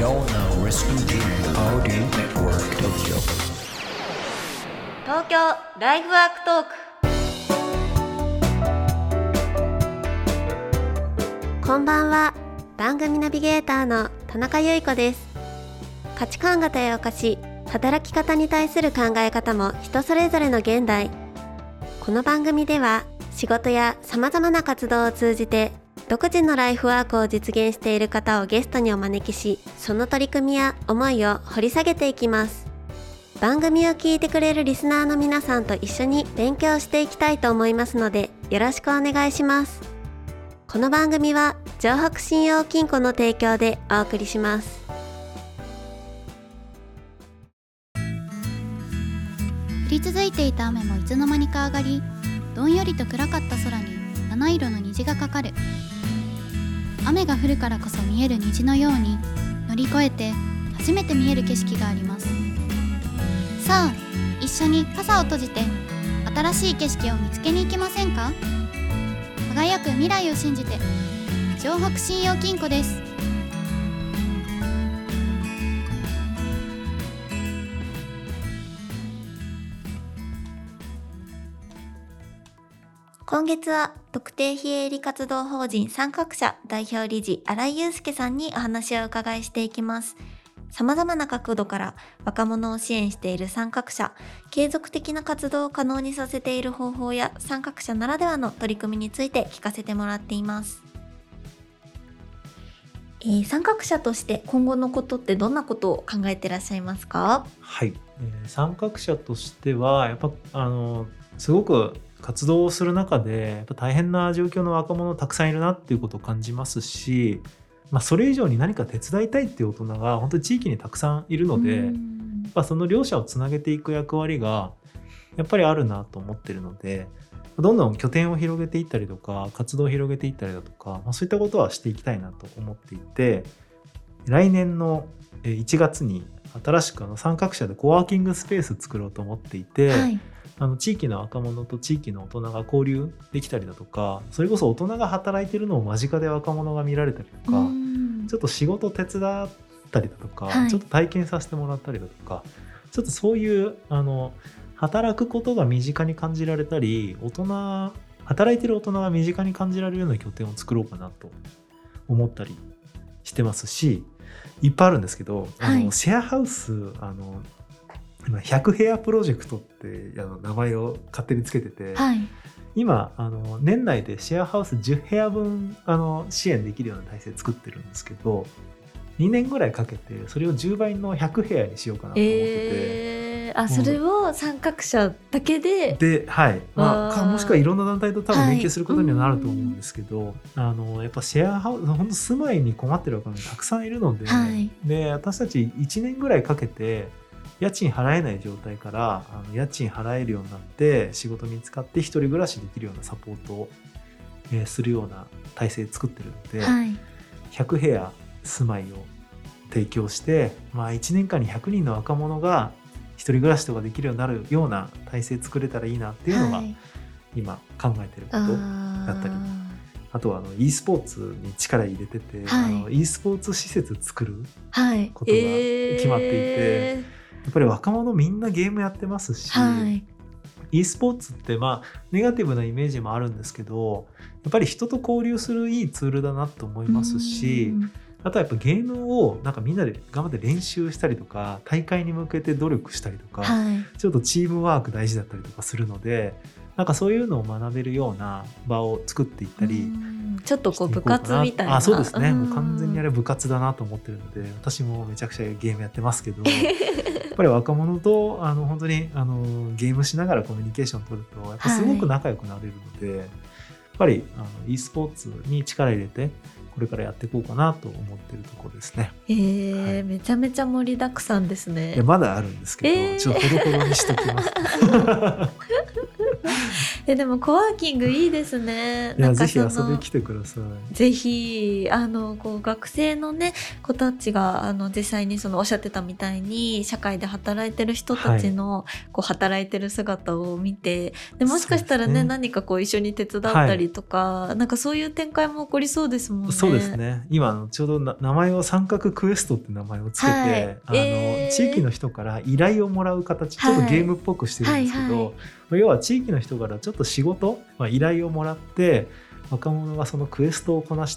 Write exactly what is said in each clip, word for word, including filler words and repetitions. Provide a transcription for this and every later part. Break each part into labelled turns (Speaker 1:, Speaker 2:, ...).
Speaker 1: You're now listening to Audi Network Tokyo.
Speaker 2: 東京ライフワークトーク。こんばんは。番組ナビゲーターの田中由衣子です。価値観が多様化し、働き方に対する考え方も人それぞれの現代。この番組では仕事やさまざまな活動を通じて独自のライフワークを実現している方をゲストにお招きし、その取り組みや思いを掘り下げていきます。番組を聞いてくれるリスナーの皆さんと一緒に勉強していきたいと思いますので、よろしくお願いします。この番組は城北信用金庫の提供でお送りします。
Speaker 3: 降り続いていた雨もいつの間にか上がり、どんよりと暗かった空に七色の虹がかかる。雨が降るからこそ見える虹のように、乗り越えて初めて見える景色があります。さあ、一緒に傘を閉じて新しい景色を見つけに行きませんか？輝く未来を信じて、城北信用金庫です。
Speaker 2: 今月は特定非営利活動法人参画者代表理事新井祐介さんにお話をお伺いしていきます。様々な角度から若者を支援している参画者、継続的な活動を可能にさせている方法や参画者ならではの取り組みについて聞かせてもらっています。えー、参画者として今後のことってどんなことを考えていらっしゃいますか？
Speaker 4: はい、えー、参画者としてはやっぱあのすごく活動をする中でやっぱ大変な状況の若者たくさんいるなっていうことを感じますし、まあ、それ以上に何か手伝いたいっていう大人が本当に地域にたくさんいるので、やっぱその両者をつなげていく役割がやっぱりあるなと思ってるので、どんどん拠点を広げていったりとか活動を広げていったりだとか、まあ、そういったことはしていきたいなと思っていて、来年のいちがつに新しくあの参画者でコワーキングスペース作ろうと思っていて、はい、あの地域の若者と地域の大人が交流できたりだとか、それこそ大人が働いてるのを間近で若者が見られたりとか、ちょっと仕事手伝ったりだとか、はい、ちょっと体験させてもらったりだとか、ちょっとそういうあの働くことが身近に感じられたり、大人働いてる大人が身近に感じられるような拠点を作ろうかなと思ったりしてますし、いっぱいあるんですけど、はい、あのシェアハウスあの今ひゃくへやプロジェクトってあの名前を勝手につけてて、はい、今あの年内でシェアハウスじゅうへやぶんあの支援できるような体制作ってるんですけど、にねんぐらいかけてそれをじゅうばいのひゃくへやにしようかなと思ってて、
Speaker 2: えー、あそれを参画者だけで
Speaker 4: で、はい、まあ、かもしくはいろんな団体と多分連携することにはなると思うんですけど、はい、あのやっぱシェアハウス本当住まいに困ってる若者たくさんいるので、はい、で私たちいちねんぐらいかけて家賃払えない状態からあの家賃払えるようになって仕事見つかって一人暮らしできるようなサポートを、えー、するような体制作ってるので、はい、ひゃくへや住まいを提供して、まあ、いちねんかんにひゃくにんの若者が一人暮らしとかできるようになるような体制作れたらいいなっていうのが、はい、今考えてることだったり、あとはあの e スポーツに力入れてて、はい、あの e スポーツ施設作ることが決まっていて、はい、えーやっぱり若者みんなゲームやってますし、はい、e スポーツってまあネガティブなイメージもあるんですけど、やっぱり人と交流するいいツールだなと思いますし、あとはやっぱゲームをなんかみんなで頑張って練習したりとか大会に向けて努力したりとか、はい、ちょっとチームワーク大事だったりとかするので、なんかそういうのを学べるような場を作っていったり、
Speaker 2: ちょっとこう部活みたいな。
Speaker 4: あ、そうですね。もう完全にあれ部活だなと思ってるので、私もめちゃくちゃゲームやってますけどやっぱり若者とあの本当にあのゲームしながらコミュニケーションを取るとやっぱすごく仲良くなれるので、はい、やっぱりあの e スポーツに力入れてこれからやっていこうかなと思ってるところですね。
Speaker 2: えーはい、めちゃめちゃ盛りだくさんですね。
Speaker 4: いやまだあるんですけど、えー、ちょっとほどほどにしときます
Speaker 5: えでもコワーキングいいですね。
Speaker 4: いやぜひ遊
Speaker 5: なんかその
Speaker 4: びに来てください。
Speaker 5: ぜひあのこう学生のね子たちがあの実際にそのおっしゃってたみたいに社会で働いてる人たちの、こう働いてる姿を見て、でもしかしたら ね,
Speaker 4: そうですね
Speaker 5: 何かこう一緒に手伝ったりとか、なんかそういう展開も起こりそうですもんね。
Speaker 4: そうですね。今あのちょうどな名前を三角クエストって名前をつけて、
Speaker 5: はい
Speaker 4: あの
Speaker 5: えー
Speaker 4: 地域の人から依頼をもらう形、ちょっとゲームっぽくしてるんですけど、
Speaker 5: はいはいは
Speaker 4: 要は地域の人からちょっと仕事、まあ、依頼をもらって若者がそのクエストをこなして、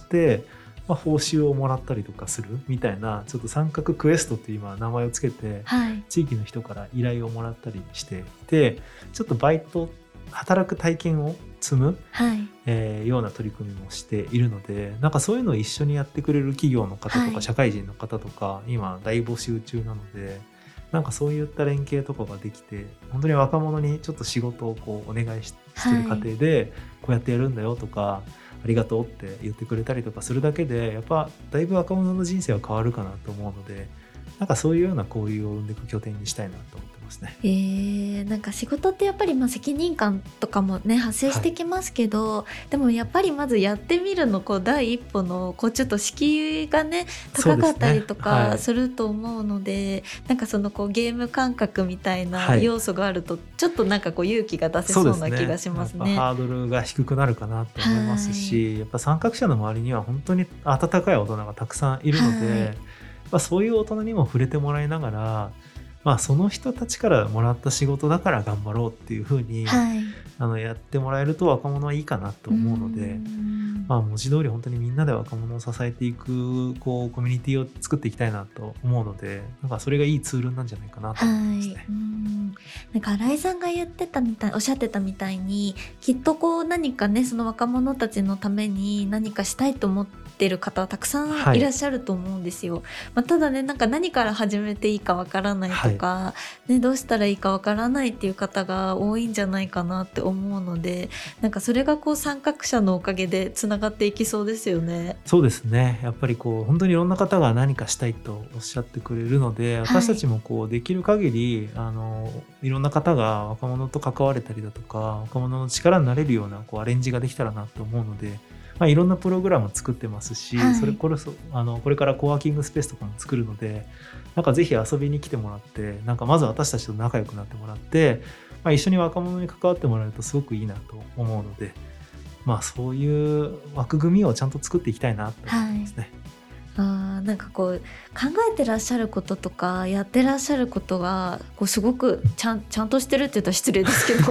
Speaker 4: まあ、報酬をもらったりとかするみたいな、ちょっと三角クエストっていう今名前をつけて、
Speaker 5: はい
Speaker 4: 地域の人から依頼をもらったりしていて、ちょっとバイト働く体験を積む、
Speaker 5: はい
Speaker 4: えーような取り組みもしているので、なんかそういうのを一緒にやってくれる企業の方とか、
Speaker 5: はい
Speaker 4: 社会人の方とか今大募集中なので、なんかそういった連携とかができて、本当に若者にちょっと仕事をこうお願いししてる過程で、こうやってやるんだよとか、ありがとうって言ってくれたりとかするだけで、やっぱだいぶ若者の人生は変わるかなと思うので、なんかそういうような交流を生んでいく拠点にしたいなと思ってますね。
Speaker 5: えー、なんか仕事ってやっぱりまあ責任感とかもね発生してきますけど、でもやっぱりまずやってみるのこう第一歩のこうちょっと敷居がね高かったりと
Speaker 4: そうですねはい
Speaker 5: かすると思うので、なんかそのこうゲーム感覚みたいな
Speaker 4: はい
Speaker 5: 要素があるとちょっとなんかこう勇気が出せそうな気がしますね。
Speaker 4: やっぱハードルが低くなるかなと思いますし、やっぱ参画者の周りには本当に温かい大人がたくさんいるので、
Speaker 5: はい
Speaker 4: やっぱそういう大人にも触れてもらいながら、まあ、その人たちからもらった仕事だから頑張ろうっていうふうに、
Speaker 5: はい、
Speaker 4: あのやってもらえると若者はいいかなと思うので、まあ、文字通り本当にみんなで若者を支えていくこうコミュニティを作っていきたいなと思うので、なんかそれがいいツールなんじゃないかなと思いますね。
Speaker 5: はい、うんなんか新井さんが言ってたみたいおっしゃってたみたいに、きっとこう何かねその若者たちのために何かしたいと思ってる方はたくさんいらっしゃると思うんですよ。はいまあ、ただねなんか何から始めていいかわからないとか、はいね、どうしたらいいかわからないっていう方が多いんじゃないかなって思うので、なんかそれがこう参画者のおかげでつながっていきそうですよね。
Speaker 4: そうですね。やっぱりこう本当にいろんな方が何かしたいとおっしゃってくれるので、私たちもこうできる限りあのいろんな方が若者と関われたりだとか、若者の力になれるようなこうアレンジができたらなと思うので、まあ、いろんなプログラム作ってますし、
Speaker 5: はい
Speaker 4: それこれそあのこれからコワーキングスペースとかも作るので、なんかぜひ遊びに来てもらって、なんかまず私たちと仲良くなってもらって、まあ、一緒に若者に関わってもらえるとすごくいいなと思うので、まあ、そういう枠組みをちゃんと作っていきたいなと思いますね。
Speaker 5: あーなんかこう考えてらっしゃることとかやってらっしゃることがこうすごくちゃん、ちゃんとしてるって言ったら失礼ですけど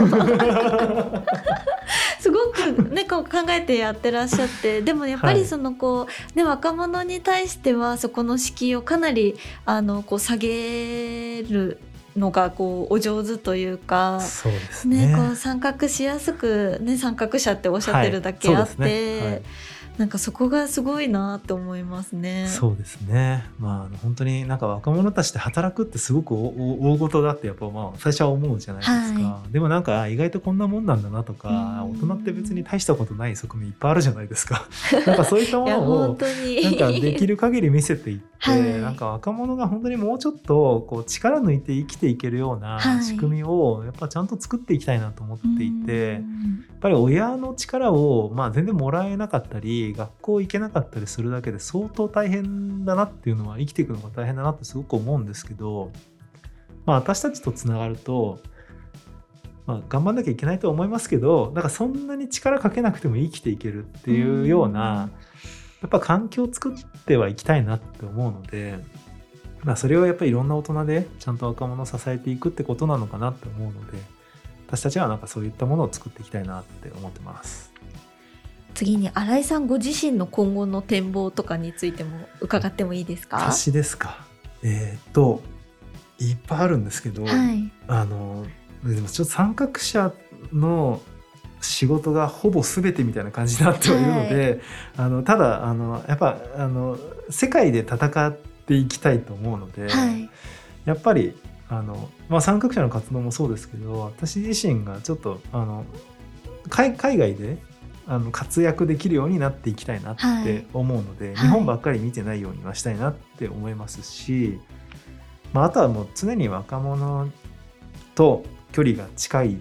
Speaker 5: すごく、ね、こう考えてやってらっしゃって、でもやっぱりそのこう、ね、若者に対してはそこの敷居をかなりあのこう下げるのがこうお上手というか、
Speaker 4: そうですね。
Speaker 5: ね、こう参画しやすく、ね、参画者っておっしゃってるだけあって、
Speaker 4: はいそうですねはい
Speaker 5: なんかそこがすごいなって思いますね。
Speaker 4: そうですね。まああの本当になんか若者たちで働くってすごく大大事だってやっぱまあ最初は思うじゃないですか。
Speaker 5: は
Speaker 4: でもなんか意外とこんなもんなんだなとか、
Speaker 5: うん
Speaker 4: 大人って別に大したことない側面いっぱいあるじゃないですか。なんかそういったも
Speaker 5: いや
Speaker 4: のを
Speaker 5: 本当に
Speaker 4: なんかできる限り見せていって、
Speaker 5: はい
Speaker 4: なんか若者が本当にもうちょっとこう力抜いて生きていけるような
Speaker 5: はい
Speaker 4: 仕組みをやっぱちゃんと作っていきたいなと思っていて、
Speaker 5: うん
Speaker 4: やっぱり親の力をまあ全然もらえなかったり学校行けなかったりするだけで相当大変だなっていうのは、生きていくのが大変だなってすごく思うんですけど、まあ、私たちとつながると、まあ、頑張んなきゃいけないとは思いますけど、なんかそんなに力かけなくても生きていけるっていうようなやっぱ環境を作ってはいきたいなって思うので、まあ、それをやっぱりいろんな大人でちゃんと若者を支えていくってことなのかなって思うので、私たちはなんかそういったものを作っていきたいなって思ってます。
Speaker 5: 次に新井さんご自身の今後の展望とかについても伺ってもいいですか？
Speaker 4: 私ですか。えーっといっぱいあるんですけど、
Speaker 5: はい
Speaker 4: あのでもちょっと参画者の仕事がほぼ全てみたいな感じになってはいるので、あのただあのやっぱあの世界で戦っていきたいと思うので、
Speaker 5: はい
Speaker 4: やっぱりあの、まあ、参画者の活動もそうですけど、私自身がちょっとあの 海, 海外であの活躍できるようになっていきたいなって思うので、
Speaker 5: はい
Speaker 4: 日本ばっかり見てないようにはしたいなって思いますし、まあ、あとはもう常に若者と距離が近い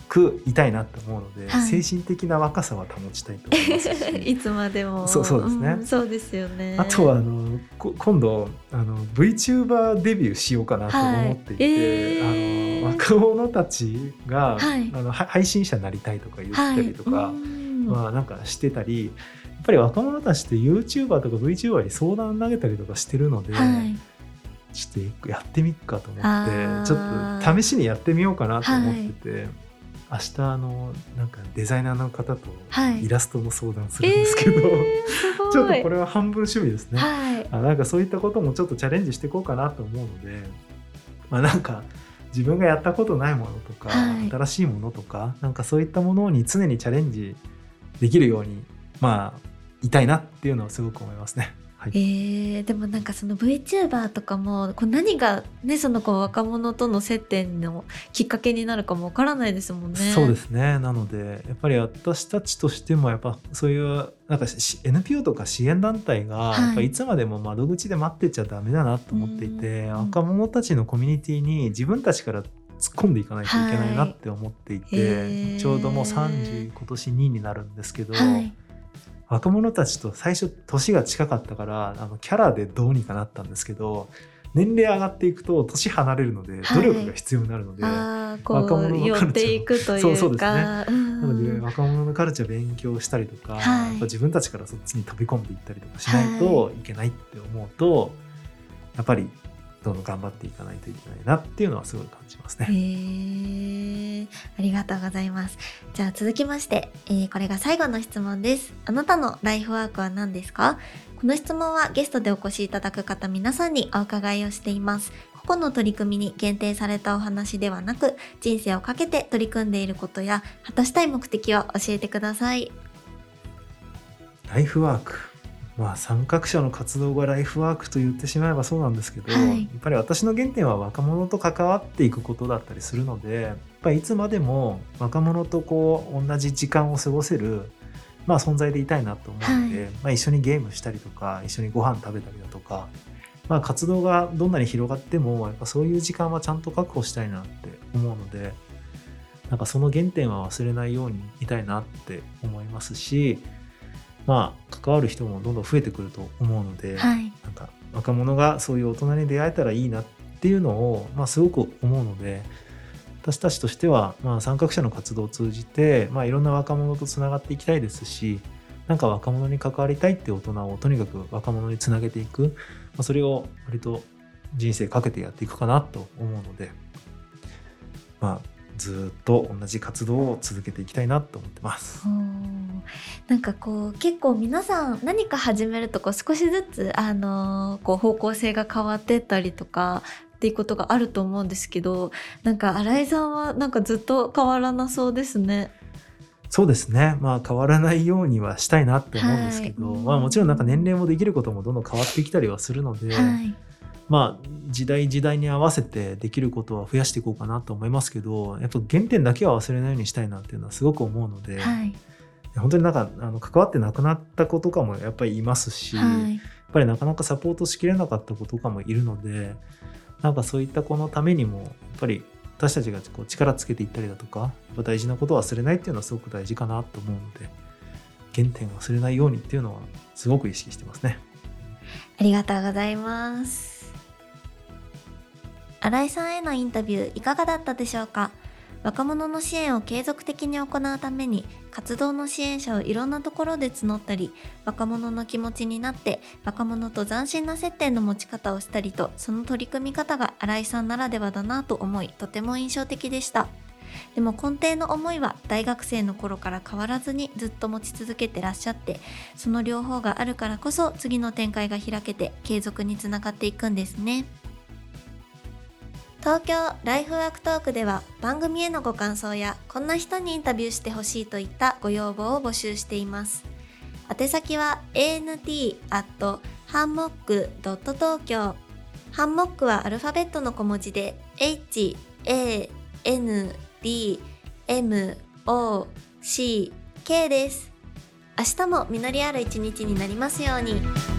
Speaker 4: くいたいなと思うので、
Speaker 5: はい、
Speaker 4: 精神的な若さは保ちたいと思いますし
Speaker 5: いつまでも。
Speaker 4: そうそうですね、
Speaker 5: うん、そうですよね。
Speaker 4: あとはあの今度あの VTuber デビューしようかなと思っていて、はいえー、あの若者たちが、はい、あの配信者になりたいとか言ったりとか、はいまあ、なんかしてたり、やっぱり若者たちって YouTuber とか VTuber に相談投げたりとかしてるので、はいちょっとやってみっかと思ってちょっと試しにやってみようかなと思ってて、はい、明日あのなんかデザイナーの方とイラストの相談するんですけど、はいえー、ちょっとこれは半分趣味ですね、はい、あなんかそういったこともちょっとチャレンジしていこうかなと思うので、まあ、なんか自分がやったことないものとか、はい、新しいものとかなんかそういったものに常にチャレンジできるようにまあいたいなっていうのはすごく思いますね。はい、
Speaker 5: えー、でもなんかその VTuber とかもこう何が、ね、そのこう若者との接点のきっかけになるかもわからないですもんね。
Speaker 4: そうですね。なのでやっぱり私たちとしてもやっぱそういうなんか エヌピーオー とか支援団体がやっぱいつまでも窓口で待ってちゃダメだなと思っていて、はい、若者たちのコミュニティに自分たちから突っ込んでいかないといけないなって思っていて、はい、ちょうどもうさんじゅう今年にになるんですけど、はい若者たちと最初年が近かったからあのキャラでどうにかなったんですけど年齢上がっていくと年離れるので努力が必要になるので、はい、若者のカルチャー
Speaker 5: 寄っていくというか
Speaker 4: そうそうですね、うん、なので若者のカルチャー勉強したりとか、はい、やっぱ自分たちからそっちに飛び込んでいったりとかしないといけないって思うと、はい、やっぱりどんどん頑張っていかないといけないなっていうのはすごい感じますね。
Speaker 5: へー、ありがとうございます。じゃあ続きまして、えー、これが最後の質問です。あなたのライフワークは何ですか？この質問はゲストでお越しいただく方皆さんにお伺いをしています。個々の取り組みに限定されたお話ではなく、人生をかけて取り組んでいることや果たしたい目的を教えてください。
Speaker 4: ライフワーク、まあ、参画者の活動がライフワークと言ってしまえばそうなんですけど、はい、やっぱり私の原点は若者と関わっていくことだったりするので、やっぱりいつまでも若者とこう同じ時間を過ごせる、まあ、存在でいたいなと思うので、はいまあ、一緒にゲームしたりとか一緒にご飯食べたりだとか、まあ、活動がどんなに広がってもやっぱそういう時間はちゃんと確保したいなって思うので、なんかその原点は忘れないようにいたいなって思いますし、まあ、関わる人もどんどん増えてくると思うので、はい、なんか若者がそういう大人に出会えたらいいなっていうのを、まあ、すごく思うので、私たちとしては、まあ、参画者の活動を通じて、まあ、いろんな若者とつながっていきたいですし、なんか若者に関わりたいっていう大人をとにかく若者につなげていく、まあ、それを割と人生かけてやっていくかなと思うので、まあずっと同じ活動を続けていきたいなと思ってます。
Speaker 5: なんかこう結構皆さん何か始めるとこう少しずつ、あのー、こう方向性が変わってったりとかっていうことがあると思うんですけど、なんか新井さんはなんかずっと変わらなそうですね。
Speaker 4: そうですね、まあ、変わらないようにはしたいなって思うんですけど、はいまあ、もちろんなんか年齢もできることもどんどん変わってきたりはするので、はいまあ、時代時代に合わせてできることは増やしていこうかなと思いますけど、やっぱ原点だけは忘れないようにしたいなっていうのはすごく思うので、はい、本当になんかあの関わって亡くなった子とかもやっぱりいますし、はい、やっぱりなかなかサポートしきれなかった子とかもいるので、なんかそういった子のためにもやっぱり私たちがこう力つけていったりだとか、やっぱ大事なことを忘れないっていうのはすごく大事かなと思うので、原点を忘れないようにっていうのはすごく意識してますね。
Speaker 5: ありがとうございます。新井さんへのインタビューいかがだったでしょうか。若者の支援を継続的に行うために活動の支援者をいろんなところで募ったり、若者の気持ちになって若者と斬新な接点の持ち方をしたりと、その取り組み方が新井さんならではだなと思い、とても印象的でした。でも根底の思いは大学生の頃から変わらずにずっと持ち続けてらっしゃって、その両方があるからこそ次の展開が開けて継続につながっていくんですね。東京ライフワークトークでは番組へのご感想やこんな人にインタビューしてほしいといったご要望を募集しています。宛先は エーエヌティー アット ハンモック ドット 東京。ハンモックはアルファベットの小文字で エイチ エー エヌ ディー エム オー シー ケー です。明日も実りある一日になりますように。